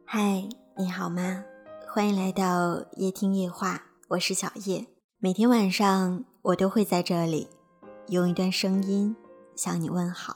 嗨，你好吗？欢迎来到夜听夜话，我是小叶。每天晚上我都会在这里用一段声音向你问好。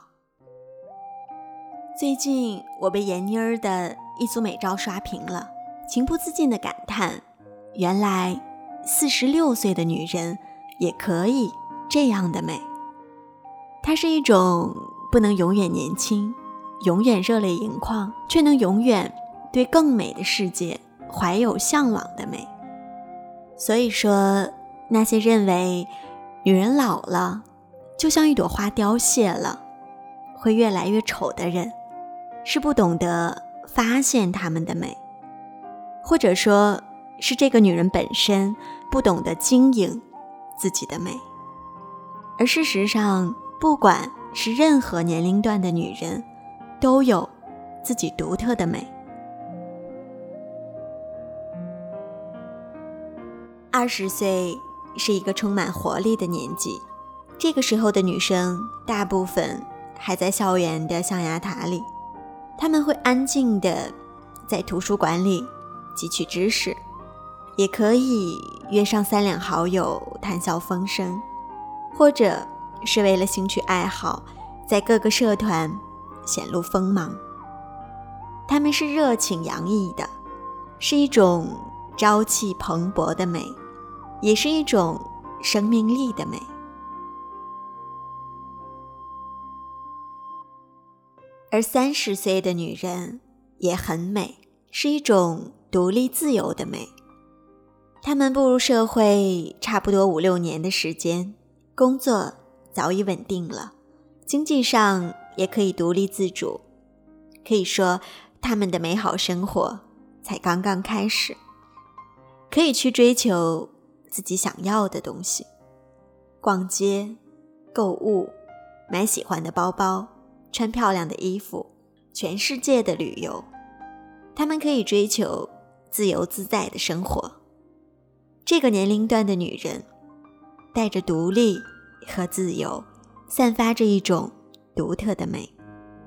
最近我被闫妮儿的一组美照刷屏了，情不自禁地感叹，原来46岁的女人也可以这样的美。它是一种不能永远年轻，永远热泪盈眶，却能永远对更美的世界怀有向往的美。所以说，那些认为女人老了就像一朵花凋谢了，会越来越丑的人，是不懂得发现她们的美，或者说是这个女人本身不懂得经营自己的美。而事实上，不管是任何年龄段的女人，都有自己独特的美。20岁是一个充满活力的年纪，这个时候的女生大部分还在校园的象牙塔里，她们会安静地在图书馆里汲取知识，也可以约上3两好友谈笑风生，或者是为了兴趣爱好在各个社团显露锋芒。她们是热情洋溢的，是一种朝气蓬勃的美，也是一种生命力的美。而30岁的女人也很美，是一种独立自由的美。她们步入社会差不多5-6年的时间，工作早已稳定了，经济上也可以独立自主，可以说她们的美好生活才刚刚开始，可以去追求自己想要的东西，逛街、购物，买喜欢的包包，穿漂亮的衣服，全世界的旅游。她们可以追求自由自在的生活。这个年龄段的女人带着独立和自由，散发着一种独特的美。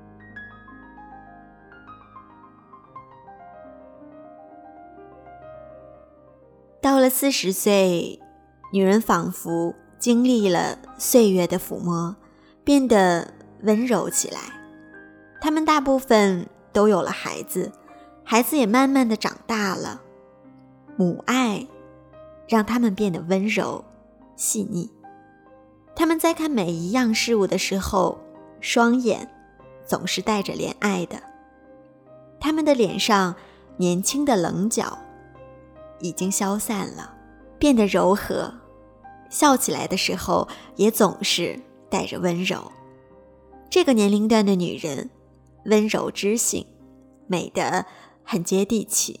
到了40岁，女人仿佛经历了岁月的抚摸，变得温柔起来。她们大部分都有了孩子，孩子也慢慢地长大了。母爱让她们变得温柔细腻。她们在看每一样事物的时候，双眼总是带着怜爱的。她们的脸上年轻的棱角已经消散了，变得柔和，笑起来的时候也总是带着温柔。这个年龄段的女人温柔知性，美得很接地气。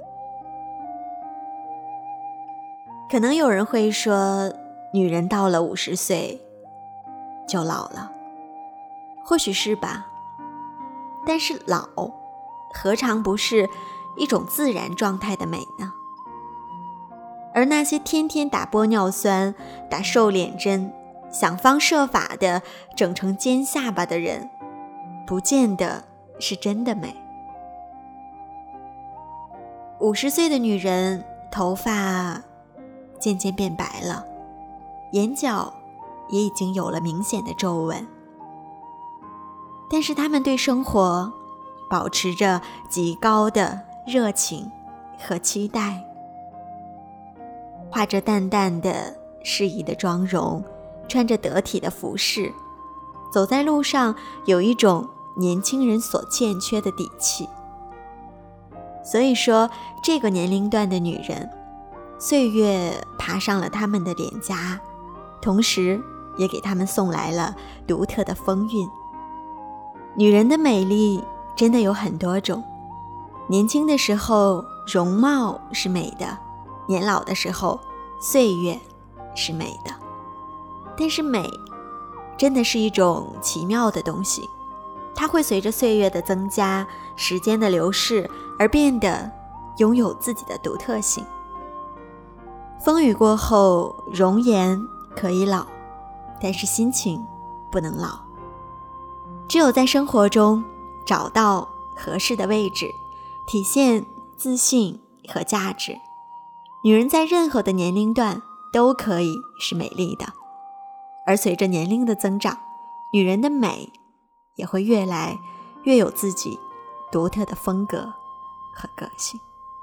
可能有人会说，女人到了50岁就老了，或许是吧，但是老何尝不是一种自然状态的美呢？而那些天天打玻尿酸、打瘦脸针，想方设法的整成尖下巴的人，不见得是真的美。50岁的女人头发渐渐变白了，眼角也已经有了明显的皱纹，但是她们对生活保持着极高的热情和期待，画着淡淡的适宜的妆容，穿着得体的服饰，走在路上有一种年轻人所欠缺的底气。所以说，这个年龄段的女人，岁月爬上了她们的脸颊，同时也给她们送来了独特的风韵。女人的美丽真的有很多种，年轻的时候容貌是美的，年老的时候岁月是美的。但是美真的是一种奇妙的东西，它会随着岁月的增加，时间的流逝而变得拥有自己的独特性。风雨过后，容颜可以老，但是心情不能老。只有在生活中找到合适的位置， 体现自信和价值。女人在任何的年龄段都可以是美丽的，而随着年龄的增长，女人的美也会越来越有自己独特的风格和个性。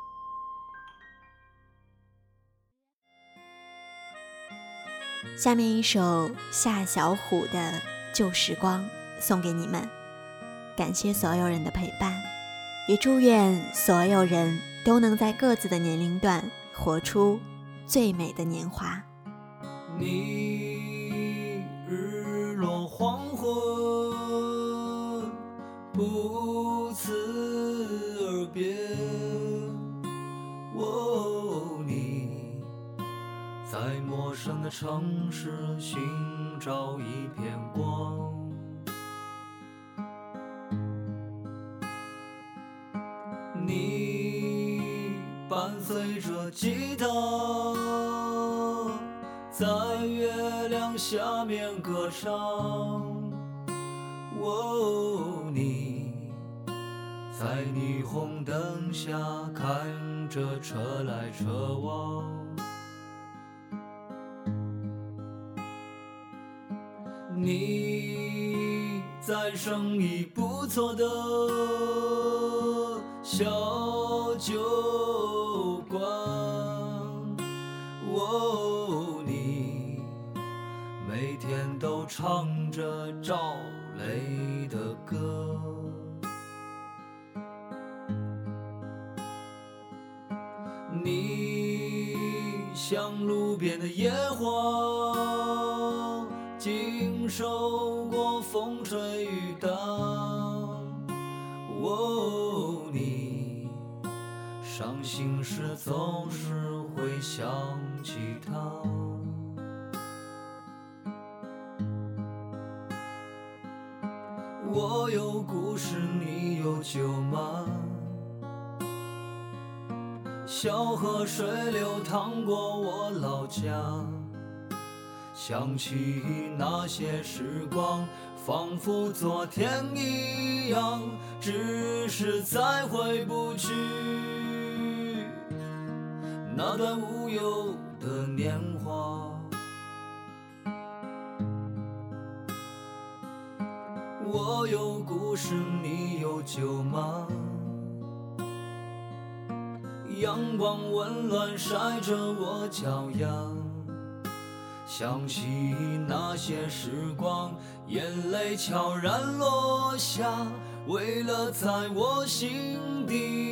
下面一首夏小虎的《旧时光》送给你们，感谢所有人的陪伴，也祝愿所有人都能在各自的年龄段活出最美的年华。 你日落黄昏不辞而别，你在陌生的城市寻找一片光，你伴随着吉他在月亮下面歌唱，你在霓虹灯下看着车来车往，你在生意不错的小酒馆，你每天都唱着赵雷的歌，你像路边的野花，经受过风吹雨打，你伤心时总是会想起他。我有故事，你有酒吗？小河水流淌过我老家，想起那些时光，仿佛昨天一样，只是再回不去那段无忧的年华。我有故事，你有酒吗？阳光温暖晒着我脚丫，想起那些时光，眼泪悄然落下，为了在我心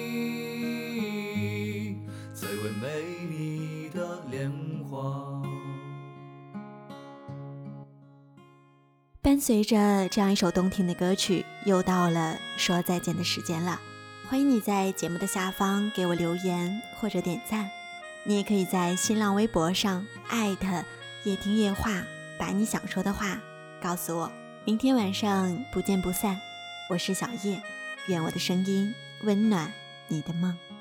底最为美丽的莲花。 伴随着这样一首动听的歌曲，又到了说再见的时间了。欢迎你在节目的下方给我留言或者点赞，你也可以在新浪微博上夜听夜话，把你想说的话告诉我。明天晚上不见不散，我是小叶，愿我的声音温暖你的梦。